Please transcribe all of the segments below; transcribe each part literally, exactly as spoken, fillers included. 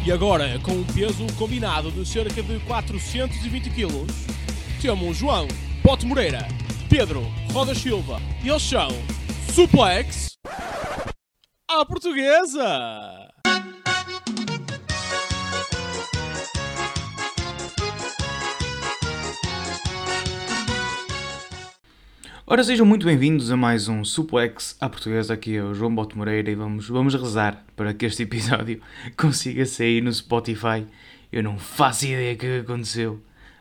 E agora, com um peso combinado de cerca de quatrocentos e vinte quilos, temos João Pote Moreira, Pedro Roda Silva e eles são Suplex à Portuguesa! Ora, sejam muito bem-vindos a mais um Suplex à Portuguesa. Aqui é o João Pote Moreira e vamos, vamos rezar para que este episódio consiga sair no Spotify. Eu não faço ideia do que aconteceu.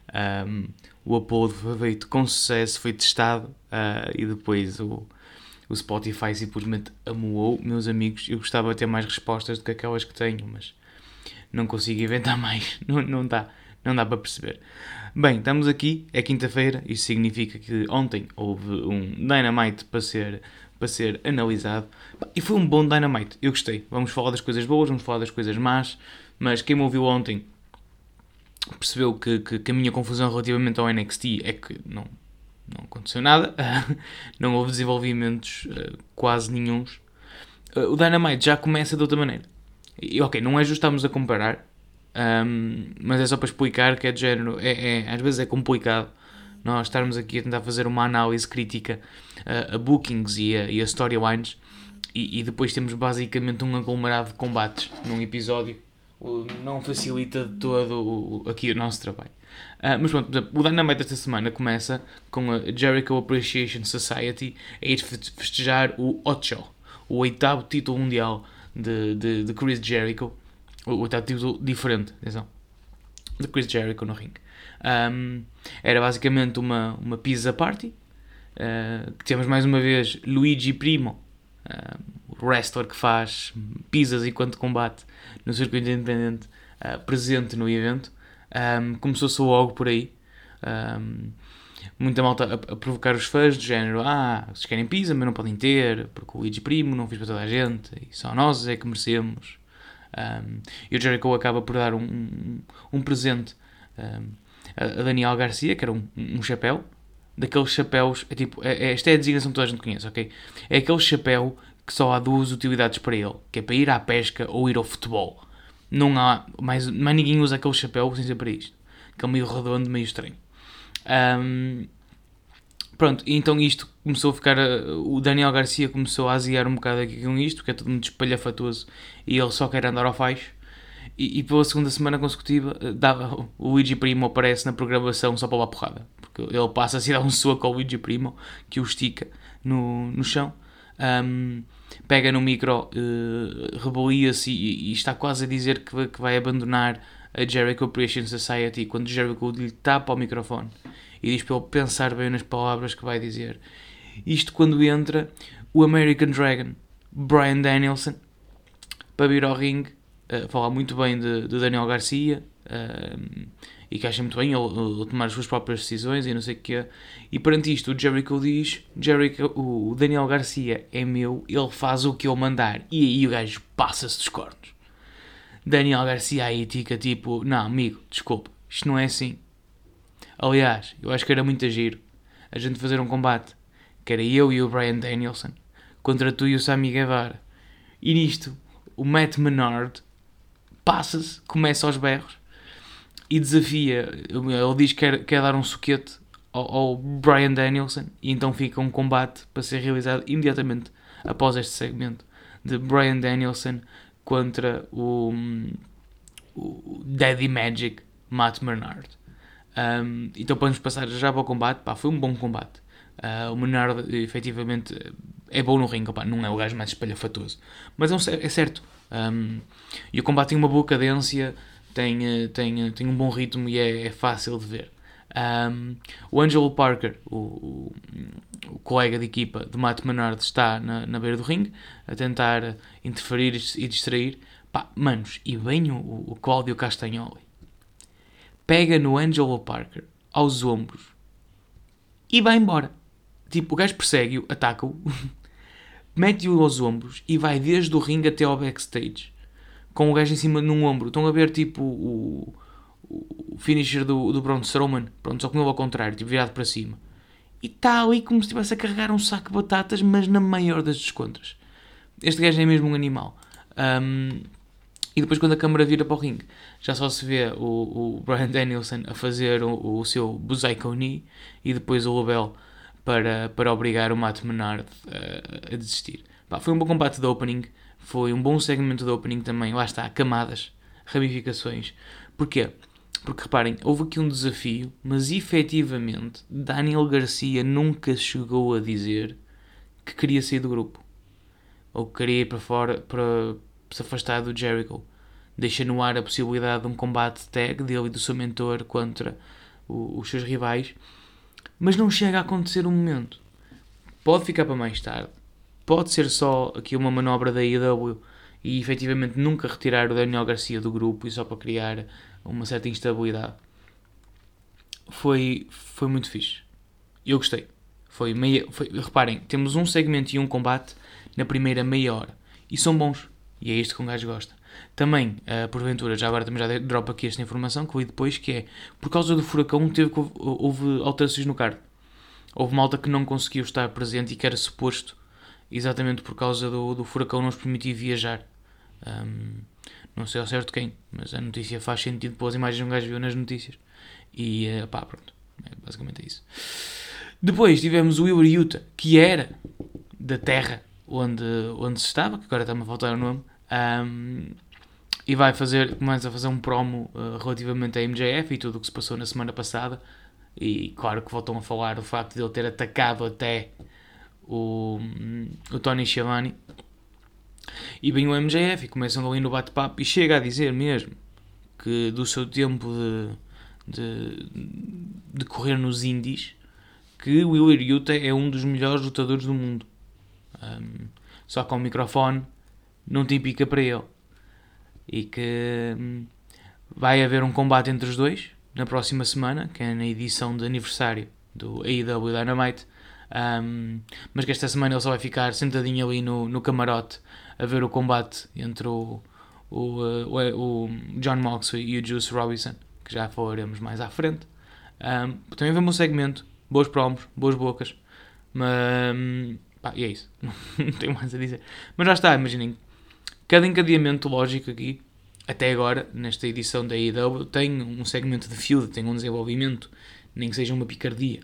Um, o upload foi feito com sucesso, foi testado uh, e depois o, o Spotify simplesmente amoou. Meus amigos, eu gostava de ter mais respostas do que aquelas que tenho, mas não consigo inventar mais. Não, não dá. Não dá para perceber. Bem, estamos aqui, é quinta-feira, isso significa que ontem houve um Dynamite para ser, para ser analisado. E foi um bom Dynamite, eu gostei. Vamos falar das coisas boas, vamos falar das coisas más, mas quem me ouviu ontem percebeu que, que, que a minha confusão relativamente ao N X T é que não, não aconteceu nada, não houve desenvolvimentos quase nenhuns. O Dynamite já começa de outra maneira. E ok, não é justo estarmos a comparar, Um, mas é só para explicar que é de género, é, é, às vezes é complicado nós estarmos aqui a tentar fazer uma análise crítica uh, a bookings e a, e a storylines e, e depois temos basicamente um aglomerado de combates num episódio. O, não facilita de todo o, aqui o nosso trabalho. Uh, mas pronto, por exemplo, o Dynamite desta semana começa com a Jericho Appreciation Society a ir festejar o Ocho, o oitavo título mundial de, de, de Chris Jericho. O oitavo título diferente, atenção, de Chris Jericho no ringue. Um, era basicamente uma, uma pizza party, uh, que temos mais uma vez Luigi Primo, uh, o wrestler que faz pizzas enquanto combate no circuito independente, uh, presente no evento. Um, Começou-se logo por aí. Um, muita malta a, a provocar os fãs do género, ah, vocês querem pizza, mas não podem ter, porque o Luigi Primo não fez para toda a gente, e só nós é que merecemos. Um, e o Jericho acaba por dar um, um, um presente um, a, a Daniel Garcia, que era um, um chapéu, daqueles chapéus, é tipo, é, é, esta é a designação que toda a gente conhece, ok? É aquele chapéu que só há duas utilidades para ele, que é para ir à pesca ou ir ao futebol. Não há, mais, mais ninguém usa aquele chapéu sem ser para isto, que é meio redondo, meio estranho. Um, Pronto, então isto começou a ficar, o Daniel Garcia começou a aziar um bocado aqui com isto, porque é tudo muito espalhafatoso e ele só quer andar ao faixo. E, e pela segunda semana consecutiva, dá, o Luigi Primo aparece na programação só para lá porrada, porque ele passa-se a dar um soco ao Luigi Primo, que o estica no, no chão, um, pega no micro, uh, rebolia-se e, e está quase a dizer que, que vai abandonar a Jericho Appreciation Society quando Jericho lhe tapa ao microfone e diz para ele pensar bem nas palavras que vai dizer. Isto quando entra o American Dragon, Bryan Danielson, para vir ao ringue, uh, falar muito bem de, de Daniel Garcia, uh, e que acha muito bem ele, ele tomar as suas próprias decisões e não sei o que é. E perante isto o Jericho diz, Jericho, o Daniel Garcia é meu, ele faz o que eu mandar. E aí o gajo passa-se dos cornos. Daniel Garcia aí fica tipo, não amigo, desculpa, isto não é assim. Aliás, eu acho que era muito giro a gente fazer um combate que era eu e o Bryan Danielson contra tu e o Sammy Guevara. E nisto, o Matt Menard passa-se, começa aos berros e desafia, ele diz que quer, quer dar um soquete ao, ao Bryan Danielson e então fica um combate para ser realizado imediatamente após este segmento de Bryan Danielson contra o, o Daddy Magic Matt Menard. Um, então podemos passar já para o combate. Pá, foi um bom combate. Uh, o Menard efetivamente é bom no ringue, pá, não é o gajo mais espalhafatoso, mas é, um, é certo. Um, e o combate tem uma boa cadência, tem, tem, tem um bom ritmo e é, é fácil de ver. Um, o Angelo Parker, o, o, o colega de equipa de Matt Menard, está na, na beira do ringue a tentar interferir e distrair. Pá, manos, e bem o, o Cláudio Castagnoli pega no Angelo Parker aos ombros e vai embora. Tipo, o gajo persegue-o, ataca-o, mete-o aos ombros e vai desde o ringue até ao backstage com o gajo em cima num ombro. Estão a ver tipo o, o finisher do, do Braun Strowman, pronto, só com ele ao contrário, tipo, virado para cima. E está ali como se estivesse a carregar um saco de batatas, mas na maior das descontras. Este gajo é mesmo um animal. Um, E depois quando a câmera vira para o ringue, já só se vê o, o Bryan Danielson a fazer o, o seu Buzaiko Knee e depois o Label para, para obrigar o Matt Menard a, a desistir. Pá, foi um bom combate de opening, foi um bom segmento de opening também, lá está, camadas, ramificações. Porquê? Porque reparem, houve aqui um desafio, mas efetivamente Daniel Garcia nunca chegou a dizer que queria sair do grupo. Ou que queria ir para fora para se afastar do Jericho. Deixa no ar a possibilidade de um combate tag dele e do seu mentor contra o, os seus rivais. Mas não chega a acontecer um momento. Pode ficar para mais tarde. Pode ser só aqui uma manobra da A E W e efetivamente nunca retirar o Daniel Garcia do grupo e só para criar uma certa instabilidade. Foi, foi muito fixe. Eu gostei. Foi meia, foi, reparem, temos um segmento e um combate na primeira meia hora. E são bons. E é isto que um gajo gosta. Também, uh, porventura, já agora também já dropo aqui esta informação que eu vi depois, que é, por causa do furacão, teve que houve, houve alterações no card. Houve malta que não conseguiu estar presente e que era suposto, exatamente por causa do, do furacão não os permitir viajar. Um, não sei ao certo quem, mas a notícia faz sentido pelas imagens que um gajo viu nas notícias. E uh, pá, pronto. É, basicamente é isso. Depois tivemos o Wheeler Yuta, que era da terra onde, onde se estava, que agora está-me a faltar o nome, um, e vai fazer, começa a fazer um promo uh, relativamente à M J F e tudo o que se passou na semana passada. E claro que voltam a falar do facto de ele ter atacado até o, o Tony Schiavone. E vem o M J F e começam ali no bate-papo e chega a dizer mesmo que do seu tempo de, de, de correr nos indies, que o Wheeler Yuta é um dos melhores lutadores do mundo. Um, só com o microfone não tem pica para ele. E que um, vai haver um combate entre os dois na próxima semana, que é na edição de aniversário do A E W Dynamite. Um, mas que esta semana ele só vai ficar sentadinho ali no, no camarote a ver o combate entre o, o, o, o John Moxley e o Juice Robinson, que já falaremos mais à frente. Um, também vemos um segmento, boas promos, boas bocas, mas pá, e é isso. Não tenho mais a dizer. Mas já está, imaginem, cada encadeamento lógico aqui, até agora, nesta edição da A E W, tem um segmento de feud, tem um desenvolvimento, nem que seja uma picardia.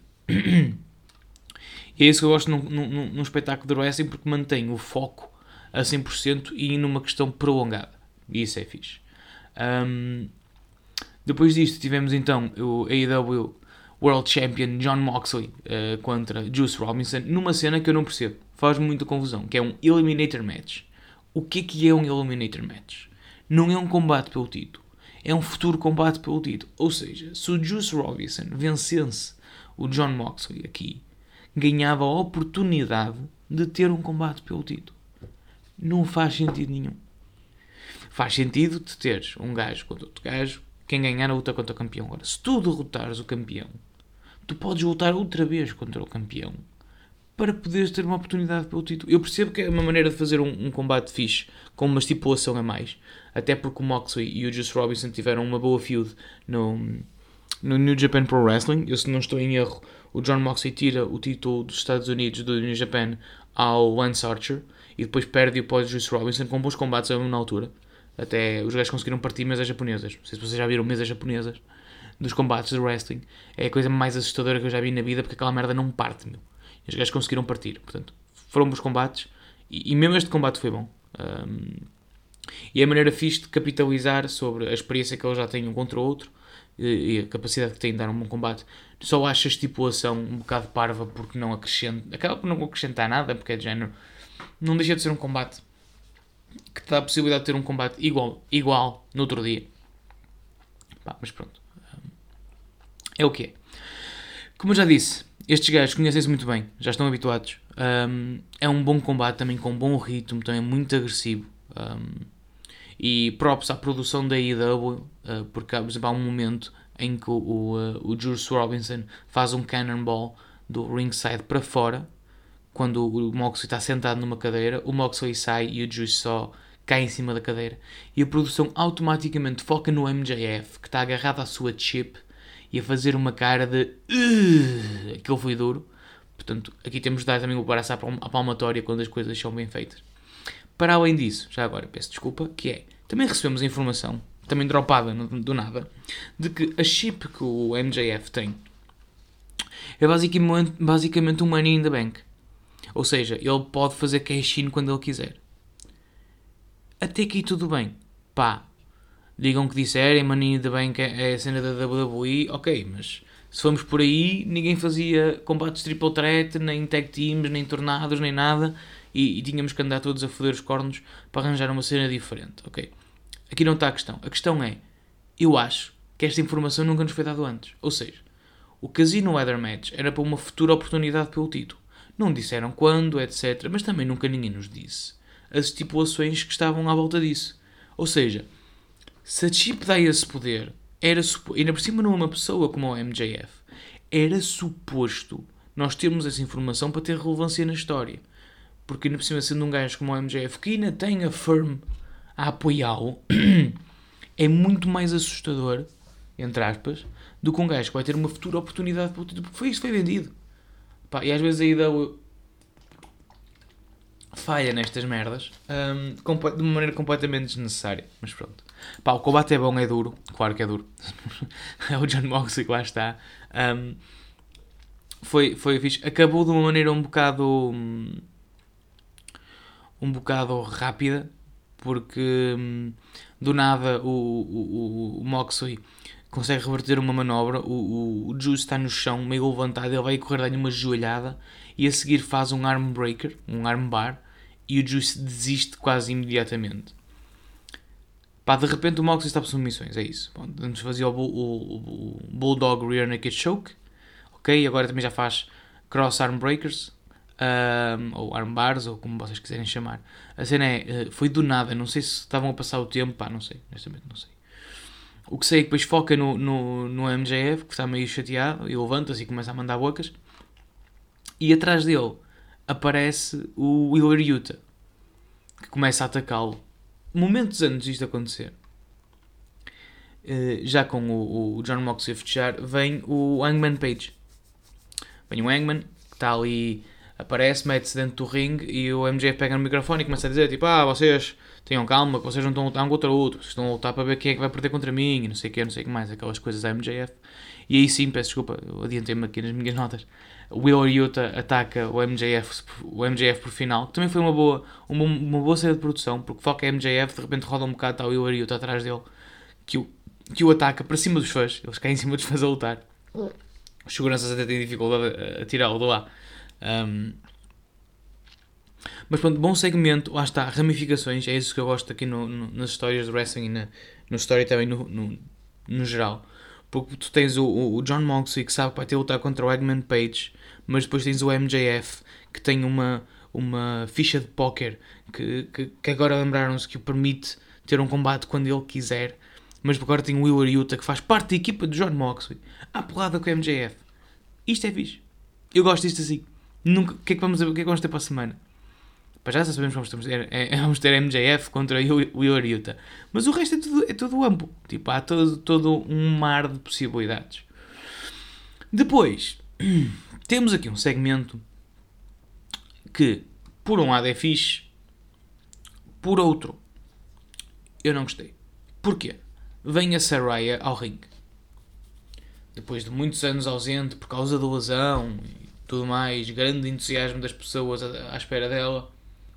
E é isso que eu gosto num, num, num espetáculo de wrestling, porque mantém o foco a cem por cento e numa questão prolongada. E isso é fixe. Um, depois disto tivemos então o A E W World Champion John Moxley uh, contra Juice Robinson, numa cena que eu não percebo. Faz muita confusão, que é um Eliminator Match. O que é que é um Eliminator Match? Não é um combate pelo título. É um futuro combate pelo título. Ou seja, se o Juice Robinson vencesse o John Moxley aqui, ganhava a oportunidade de ter um combate pelo título. Não faz sentido nenhum. Faz sentido de teres um gajo contra outro gajo, quem ganhar a luta contra o campeão. Agora, se tu derrotares o campeão, tu podes lutar outra vez contra o campeão para poderes ter uma oportunidade pelo título. Eu percebo que é uma maneira de fazer um, um combate fixe, com uma estipulação a mais, até porque o Moxley e o Juice Robinson tiveram uma boa feud no, no New Japan Pro Wrestling. Eu, se não estou em erro, o John Moxley tira o título dos Estados Unidos do New Japan ao Lance Archer e depois perde-o para o Juice Robinson com bons combates na altura. Até os gajos conseguiram partir mesas japonesas. Não sei se vocês já viram mesas japonesas dos combates de wrestling. É a coisa mais assustadora que eu já vi na vida, porque aquela merda não parte, meu. E os gajos conseguiram partir. Portanto, foram bons combates. E, e mesmo este combate foi bom. Um, e é a maneira fixe de capitalizar sobre a experiência que eles já têm um contra o outro e, e a capacidade que têm de dar um bom combate. Só acho a estipulação um bocado parva, porque não acrescenta, acaba por não acrescentar nada, porque é de género. Não deixa de ser um combate que te dá a possibilidade de ter um combate igual, igual no outro dia. Pá, mas pronto. É o que é. Como eu já disse, estes gajos conhecem-se muito bem, já estão habituados. Um, é um bom combate também, com bom ritmo, também muito agressivo. Um, e props à produção da A E W, uh, porque por exemplo, há um momento em que o, o, uh, o Juice Robinson faz um cannonball do ringside para fora, quando o Moxley está sentado numa cadeira, o Moxley sai e o Juice só cai em cima da cadeira. E a produção automaticamente foca no M J F, que está agarrado à sua chip e a fazer uma cara de uh, aquilo foi duro. Portanto, aqui temos de dar também o braço à palmatória quando as coisas são bem feitas. Para além disso, já agora peço desculpa, que é, também recebemos a informação, também dropada do nada, de que a chip que o M J F tem é basicamente, basicamente um Money in the Bank. Ou seja, ele pode fazer cash-in quando ele quiser. Até aqui tudo bem. Pá, digam que disserem, Money in the Bank é a cena da W W E, ok, mas se formos por aí, ninguém fazia combates triple threat, nem tag teams, nem tornados, nem nada, e, e tínhamos que andar todos a foder os cornos para arranjar uma cena diferente, ok? Aqui não está a questão. A questão é, eu acho que esta informação nunca nos foi dada antes. Ou seja, o Casino Leather Match era para uma futura oportunidade pelo título. Não disseram quando, etcétera, mas também nunca ninguém nos disse as estipulações que estavam à volta disso. Ou seja, se a chip dá esse poder, era supo... ainda por cima numa pessoa como o M J F, era suposto nós termos essa informação para ter relevância na história. Porque ainda por cima sendo um gajo como o M J F, que ainda tem a firm a apoiá-lo, é muito mais assustador, entre aspas, do que um gajo que vai ter uma futura oportunidade para o título, porque foi isso que foi vendido. Pá, e às vezes a ida falha nestas merdas um, de uma maneira completamente desnecessária, mas pronto. Pá, o combate é bom, é duro, claro que é duro. É o Jon Moxley que lá está. Um, foi, foi fixe. Acabou de uma maneira um bocado um, um bocado rápida, porque hum, do nada o, o, o Moxley consegue reverter uma manobra, o, o, o Juice está no chão, meio levantado, ele vai correr, dar-lhe uma joelhada e a seguir faz um arm breaker, um arm bar, e o Juice desiste quase imediatamente. Pá, de repente o Moxley está por submissões, é isso. Bom, antes fazia o, o, o Bulldog Rear Naked Choke, ok, agora também já faz Cross Arm Breakers, um, ou Arm Bars, ou como vocês quiserem chamar. A cena é, foi do nada, não sei se estavam a passar o tempo, pá, não sei, honestamente não sei. O que sei é que depois foca no, no, no M J F, que está meio chateado, e levanta-se e começa a mandar bocas. E atrás dele aparece o Wheeler Yuta, que começa a atacá-lo. Momentos antes disto acontecer, já com o, o Jon Moxley a fechar, vem o Hangman Page. Vem o Hangman, que está ali, aparece, mete-se dentro do ringue, e o M J F pega no microfone e começa a dizer, tipo, ah, vocês... tenham calma, que vocês não estão a lutar um contra o outro, vocês estão a lutar para ver quem é que vai perder contra mim, e não sei o que, não sei o que mais, aquelas coisas da M J F. E aí sim, peço desculpa, eu adiantei-me aqui nas minhas notas. O Wheeler Yuta ataca o M J F, o M J F por final, que também foi uma boa, uma, uma boa cena de produção, porque foca M J F, de repente roda um bocado, está o Wheeler Yuta atrás dele, que o, que o ataca para cima dos fãs, eles caem em cima dos fãs a lutar. Os seguranças até têm dificuldade a, a tirá-lo de lá. Um, Mas pronto, bom segmento, lá está, ramificações, é isso que eu gosto aqui no, no, nas histórias de wrestling e na, no storytelling no, no, no geral. Porque tu tens o, o Jon Moxley que sabe que vai ter a lutar contra o Hangman Page, mas depois tens o M J F que tem uma, uma ficha de póquer que, que, que agora lembraram-se que o permite ter um combate quando ele quiser, mas agora tem o Wheeler Yuta que faz parte da equipa do Jon Moxley, à porrada com o M J F. Isto é fixe. Eu gosto disto assim. Nunca, o que é que vamos, o que é que vamos ter para a semana? Para já sabemos que vamos ter, é, vamos ter M J F contra o Wheeler Yuta. Mas o resto é tudo, é tudo amplo. Tipo, há todo, todo um mar de possibilidades. Depois, temos aqui um segmento que, por um lado, é fixe. Por outro, eu não gostei. Porquê? Vem a Saraya ao ringue. Depois de muitos anos ausente por causa da lesão e tudo mais, grande entusiasmo das pessoas à, à espera dela.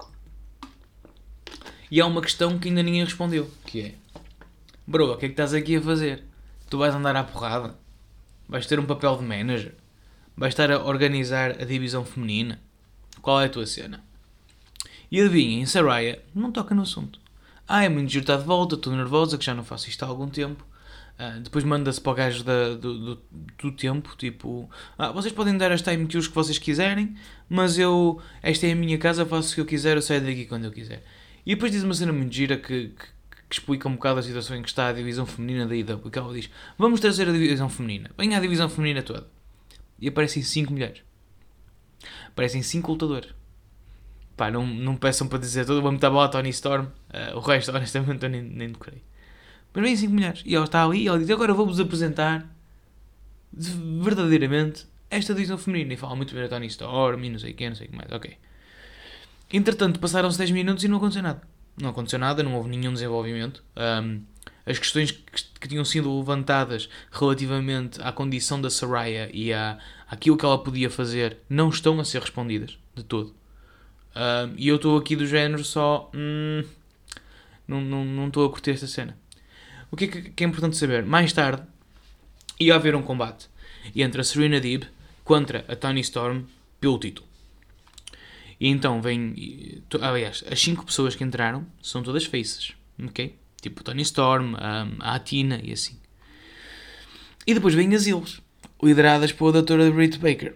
E há uma questão que ainda ninguém respondeu, que é: bro, o que é que estás aqui a fazer? Tu vais andar à porrada? Vais ter um papel de manager? Vais estar a organizar a divisão feminina? Qual é a tua cena? E adivinhem, Saraya não toca no assunto. Ah, é muito giro, está de volta, estou nervosa, que já não faço isto há algum tempo. Uh, depois manda-se para o gajo da, do, do, do tempo, tipo, ah, vocês podem dar as time cues que vocês quiserem, mas eu, esta é a minha casa, faço o que eu quiser, eu saio daqui quando eu quiser. E depois diz uma cena muito gira que, que, que explica um bocado a situação em que está a divisão feminina da I W, que ela diz: vamos trazer a divisão feminina, venha a divisão feminina toda. E aparecem cinco mulheres, aparecem cinco lutadores. Pá, não, não peçam para dizer tudo, vamos estar bola Tony Storm, uh, o resto honestamente eu nem, nem decorei. Mas vem cinco mulheres. E ela está ali e ela diz: agora vou-vos apresentar verdadeiramente esta divisão feminina. E fala muito bem a Tony Storm e não sei o que, não sei o que mais. Ok. Entretanto, passaram-se dez minutos e não aconteceu nada. não aconteceu nada, não houve nenhum desenvolvimento. Um, as questões que, que tinham sido levantadas relativamente à condição da Saraya e à, àquilo que ela podia fazer não estão a ser respondidas de todo. Um, e eu estou aqui do género só... Hum, não estou não, não a curtir esta cena. O que é, que, que é importante saber? Mais tarde ia haver um combate entre a Serena Deeb contra a Toni Storm pelo título. E então vem... Aliás, as cinco pessoas que entraram são todas faces, ok? Tipo a Toni Storm, a, a Athena e assim. E depois vêm as Ilhas, lideradas pela doutora Britt Baker,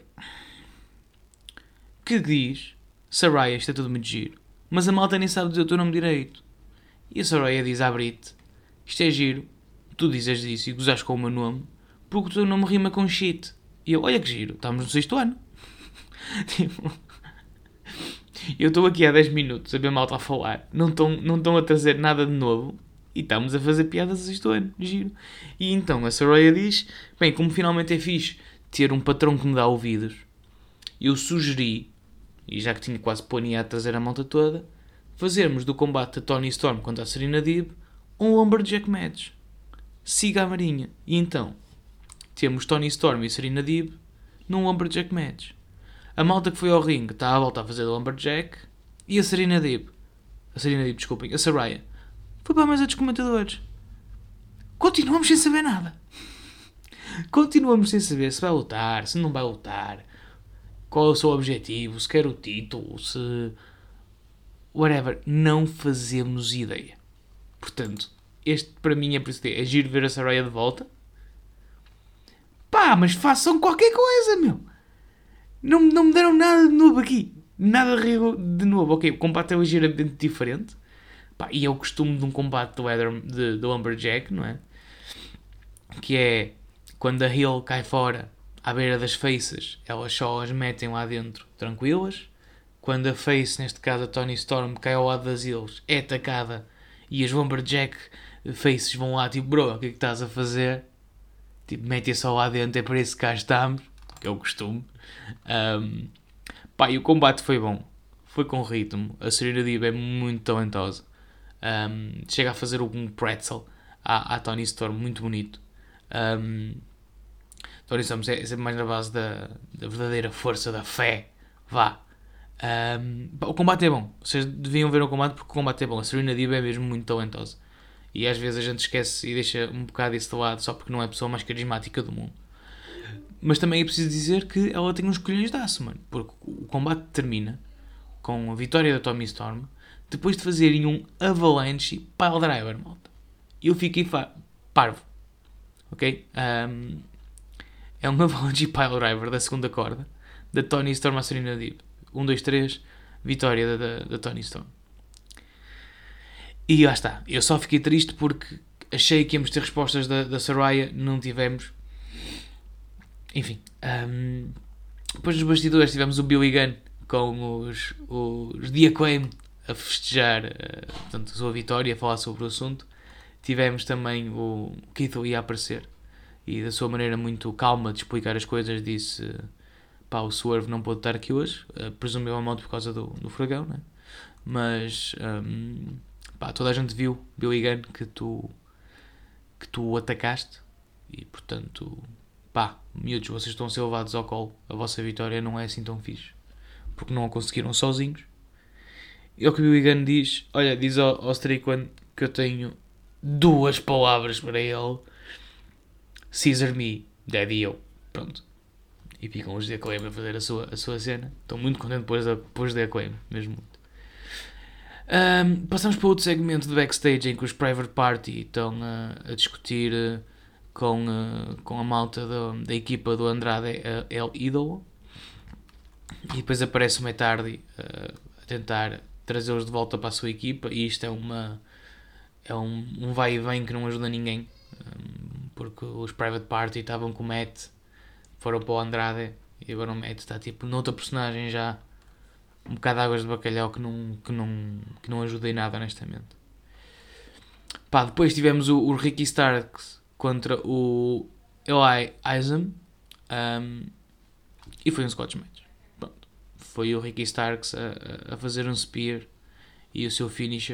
que diz: Saraya, isto é tudo muito giro, mas a malta nem sabe dizer o teu nome direito. E a Saraya diz à Britt: isto é giro, tu dizes isso e gozas com o meu nome, porque o teu nome rima com shit. E eu, olha que giro, estamos no sexto ano. Tipo, eu estou aqui há dez minutos a ver malta a falar, não estão não estão a trazer nada de novo e estamos a fazer piadas a sexto ano, giro. E então a Saraya diz: bem, como finalmente é fixe ter um patrão que me dá ouvidos, eu sugeri, e já que tinha quase planeado trazer a malta toda, fazermos do combate da Toni Storm contra a Serena Deeb um Lumberjack Match. Siga a marinha. E então, temos Toni Storm e Serena Deeb num Lumberjack Match. A malta que foi ao ringue está a voltar a fazer Lumberjack e a Serena Deeb, a Serena Deeb, desculpem, a Saraya, foi para a mesa dos comentadores. Continuamos sem saber nada. Continuamos sem saber se vai lutar, se não vai lutar, qual é o seu objetivo, se quer o título, se... whatever. Não fazemos ideia. Portanto, este para mim é por isso que é giro ver a Saraya de volta. Pá, mas façam qualquer coisa, meu. Não, não me deram nada de novo aqui. Nada de novo. Ok, o combate é ligeiramente diferente. Pá, e é o costume de um combate do, Eder, de, do Lumberjack, não é? Que é quando a heel cai fora à beira das faces, elas só as metem lá dentro tranquilas. Quando a face, neste caso a Toni Storm, cai ao lado das heels, é atacada e as Lumberjack faces vão lá tipo, bro, o que é que estás a fazer? Tipo, metem-se ao lado dentro, é para isso que cá estamos, que é o costume. Um, pá, e o combate foi bom, foi com ritmo. A Serena Deeb é muito talentosa. Um, chega a fazer um pretzel à, à Toni Storm, muito bonito. Um, Toni Storm é sempre mais na base da, da verdadeira força, da fé. Vá. Um, o combate é bom. Vocês deviam ver o combate porque o combate é bom. A Serena Deeb é mesmo muito talentosa. E às vezes a gente esquece e deixa um bocado isso de lado só porque não é a pessoa mais carismática do mundo. Mas também é preciso dizer que ela tem uns colhões de aço, mano. Porque o combate termina com a vitória da Toni Storm depois de fazerem um avalanche pile driver, malta. Eu fiquei fa- parvo. Ok? Um, é um avalanche pile driver da segunda corda da Toni Storm à Serena Deeb. um, dois, três, vitória da, da, da Toni Storm. E lá está. Eu só fiquei triste porque achei que íamos ter respostas da, da Saraya, não tivemos. Enfim. Um, depois nos bastidores tivemos o Billy Gunn com os, os The Acclaim a festejar uh, portanto, a sua vitória, a falar sobre o assunto. Tivemos também o Keith Lee a aparecer e da sua maneira muito calma de explicar as coisas disse... Uh, pá, o Swerve não pôde estar aqui hoje, uh, presumivelmente por causa do, do furacão, né? Mas um, pá, toda a gente viu, Billy Gunn, que tu que tu o atacaste e portanto, pá, miúdos, vocês estão a ser levados ao colo, a vossa vitória não é assim tão fixe porque não a conseguiram sozinhos. E o que o Billy Gunn diz, olha, diz ao, ao Strickland que eu tenho duas palavras para ele: Caesar me, Daddy eu. Pronto. E ficam os The Acclaim a fazer a sua, a sua cena. Estou muito contente depois da depois The Acclaim, mesmo muito. Um, passamos para outro segmento de backstage em que os Private Party estão uh, a discutir uh, com, uh, com a malta do, da equipa do Andrade uh, El Idolo. E depois aparece o Matt Hardy uh, a tentar trazê-los de volta para a sua equipa. E isto é uma é um, um vai e vem que não ajuda ninguém. Um, porque os Private Party estavam com o Matt, foram para o Andrade e agora o Matt está tipo noutra personagem já, um bocado de águas de bacalhau que não, que não, que não ajuda em nada, honestamente. Pá, depois tivemos o, o Ricky Starks contra o Eli Isom um, e foi um Scotch match. Pronto. Foi o Ricky Starks a, a fazer um spear e o seu finisher,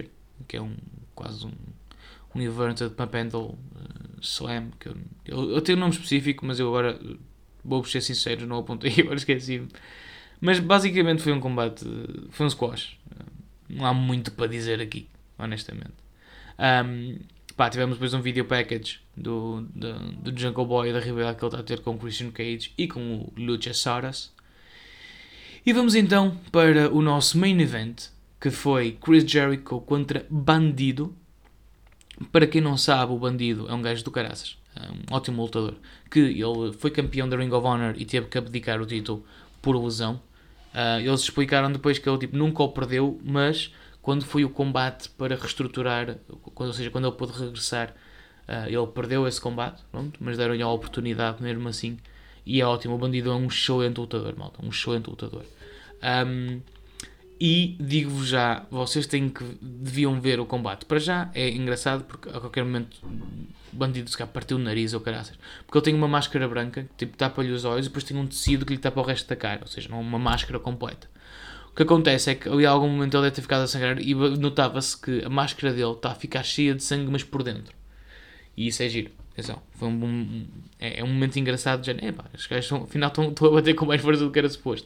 que é um, quase um, um inverted pump handle uh, slam, que eu, eu, eu tenho um nome específico, mas eu agora, vou ser sincero, não apontei, agora esqueci-me. Mas basicamente foi um combate, foi um squash. Não há muito para dizer aqui, honestamente. Um, pá, tivemos depois um video package do, do, do Jungle Boy, da rivalidade que ele está a ter com o Christian Cage e com o Luchasaurus. E vamos então para o nosso main event, que foi Chris Jericho contra Bandido. Para quem não sabe, o Bandido é um gajo do caraças, é um ótimo lutador, que ele foi campeão da Ring of Honor e teve que abdicar o título por lesão. Uh, eles explicaram depois que ele tipo, nunca o perdeu, mas quando foi o combate para reestruturar, quando, ou seja, quando ele pôde regressar, uh, ele perdeu esse combate, pronto, mas deram-lhe a oportunidade mesmo assim. E é ótimo, o Bandido é um excelente lutador, malta, um excelente lutador. Um, e digo-vos já, vocês têm que, deviam ver o combate. Para já é engraçado porque a qualquer momento o Bandido se cá partiu o nariz ou caraças. Porque ele tem uma máscara branca que tipo, tapa-lhe os olhos e depois tem um tecido que lhe tapa o resto da cara. Ou seja, não é uma máscara completa. O que acontece é que ali a algum momento ele deve ter ficado a sangrar e notava-se que a máscara dele está a ficar cheia de sangue, mas por dentro. E isso é giro. Atenção, foi um, um, é, é um momento engraçado de género. Epá, os gajos são, afinal estão, estão a bater com mais força do que era suposto.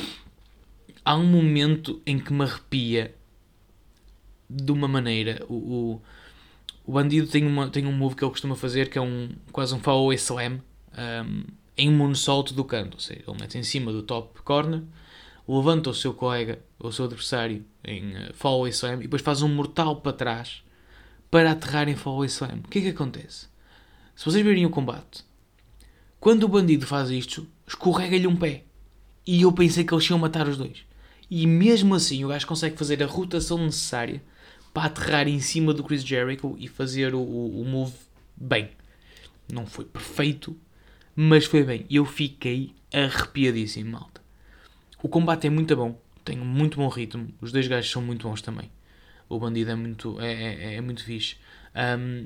Há um momento em que me arrepia de uma maneira. O, o, o Bandido tem, uma, tem um move que ele costuma fazer que é um, quase um follow slam um, em moonsault do canto. Ou seja, ele mete em cima do top corner, levanta o seu colega, o seu adversário em uh, follow slam e depois faz um mortal para trás para aterrar em follow slam. O que é que acontece? Se vocês verem o combate, quando o Bandido faz isto, escorrega-lhe um pé. E eu pensei que eles iam matar os dois. E mesmo assim o gajo consegue fazer a rotação necessária para aterrar em cima do Chris Jericho e fazer o, o, o move bem. Não foi perfeito, mas foi bem. Eu fiquei arrepiadíssimo, malta. O combate é muito bom, tem muito bom ritmo. Os dois gajos são muito bons também. O Bandido é muito, é, é, é muito fixe. Um,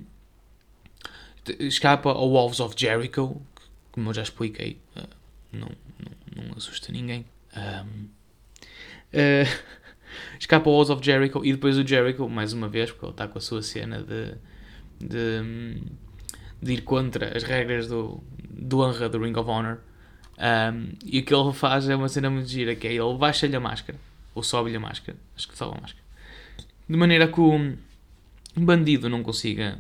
escapa ao Wolves of Jericho, que, como eu já expliquei, uh, não, não, não assusta ninguém. Um, uh, escapa ao Wolves of Jericho e depois o Jericho, mais uma vez, porque ele está com a sua cena de, de, de ir contra as regras do, do honra do Ring of Honor. Um, e o que ele faz é uma cena muito gira, que é ele baixa-lhe a máscara, ou sobe-lhe a máscara, acho que sobe a máscara, de maneira que o Bandido não consiga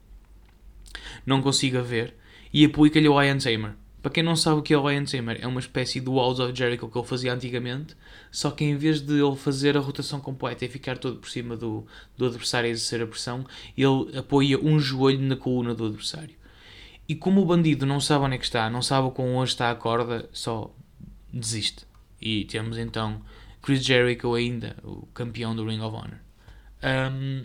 não consiga ver, e aplica-lhe o Iron Tamer. Para quem não sabe o que é o Iron Tamer, é uma espécie do Walls of Jericho que ele fazia antigamente, só que em vez de ele fazer a rotação completa e ficar todo por cima do, do adversário e exercer a pressão, ele apoia um joelho na coluna do adversário. E como o Bandido não sabe onde é que está, não sabe com onde está a corda, só desiste. E temos então Chris Jericho ainda, o campeão do Ring of Honor. Um,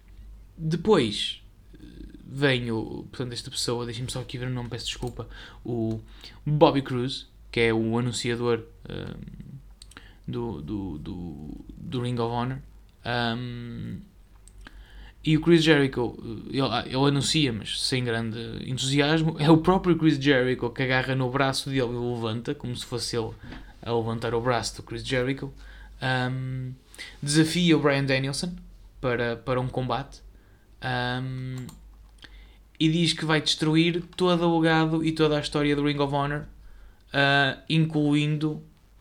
depois vem o, portanto, esta pessoa, deixem-me só aqui ver o nome, peço desculpa, o Bobby Cruz, que é o anunciador um, do, do, do, do Ring of Honor. Um, e o Chris Jericho, ele, ele anuncia, mas sem grande entusiasmo. É o próprio Chris Jericho que agarra no braço dele e o levanta, como se fosse ele a levantar o braço do Chris Jericho. Um, desafia o Bryan Danielson para, para um combate. Um, e diz que vai destruir todo o legado e toda a história do Ring of Honor, uh, incluindo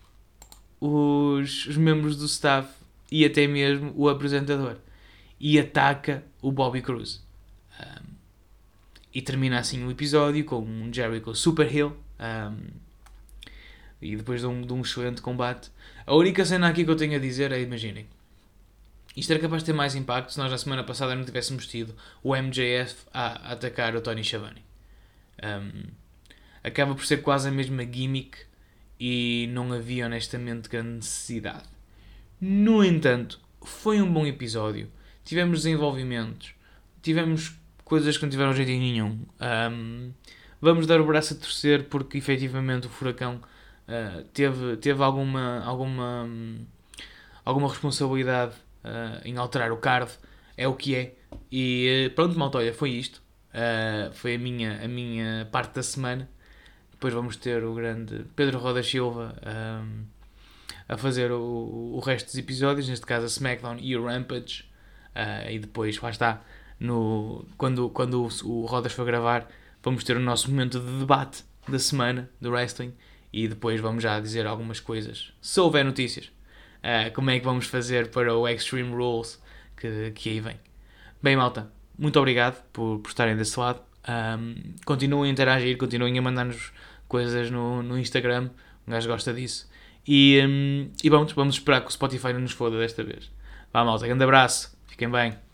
os, os membros do staff e até mesmo o apresentador. E ataca o Bobby Cruz. Um, e termina assim o episódio com um Jericho super heel. Um, e depois de um, de um excelente combate. A única cena aqui que eu tenho a dizer é, imaginem, isto era capaz de ter mais impacto se nós na semana passada não tivéssemos tido o M J F a, a atacar o Tony Schiavone. Um, acaba por ser quase a mesma gimmick e não havia honestamente grande necessidade. No entanto, foi um bom episódio. Tivemos desenvolvimentos, tivemos coisas que não tiveram jeito nenhum. Um, vamos dar o braço a torcer porque efetivamente o Furacão uh, teve, teve alguma, alguma, um, alguma responsabilidade uh, em alterar o card. É o que é. E pronto, malta, olha, foi isto. Uh, foi a minha, a minha parte da semana. Depois vamos ter o grande Pedro Roda Silva um, a fazer o, o resto dos episódios, neste caso a SmackDown e o Rampage. Uh, e depois, lá está, no, quando, quando o, o Rodas for gravar, vamos ter o nosso momento de debate da semana do wrestling e depois vamos já dizer algumas coisas, se houver notícias, uh, como é que vamos fazer para o Extreme Rules que, que aí vem. Bem, malta, muito obrigado por, por estarem desse lado. Um, continuem a interagir, continuem a mandar-nos coisas no, no Instagram, um gajo gosta disso. E, um, e vamos, vamos esperar que o Spotify não nos foda desta vez. Vá, malta, grande abraço, fiquem bem.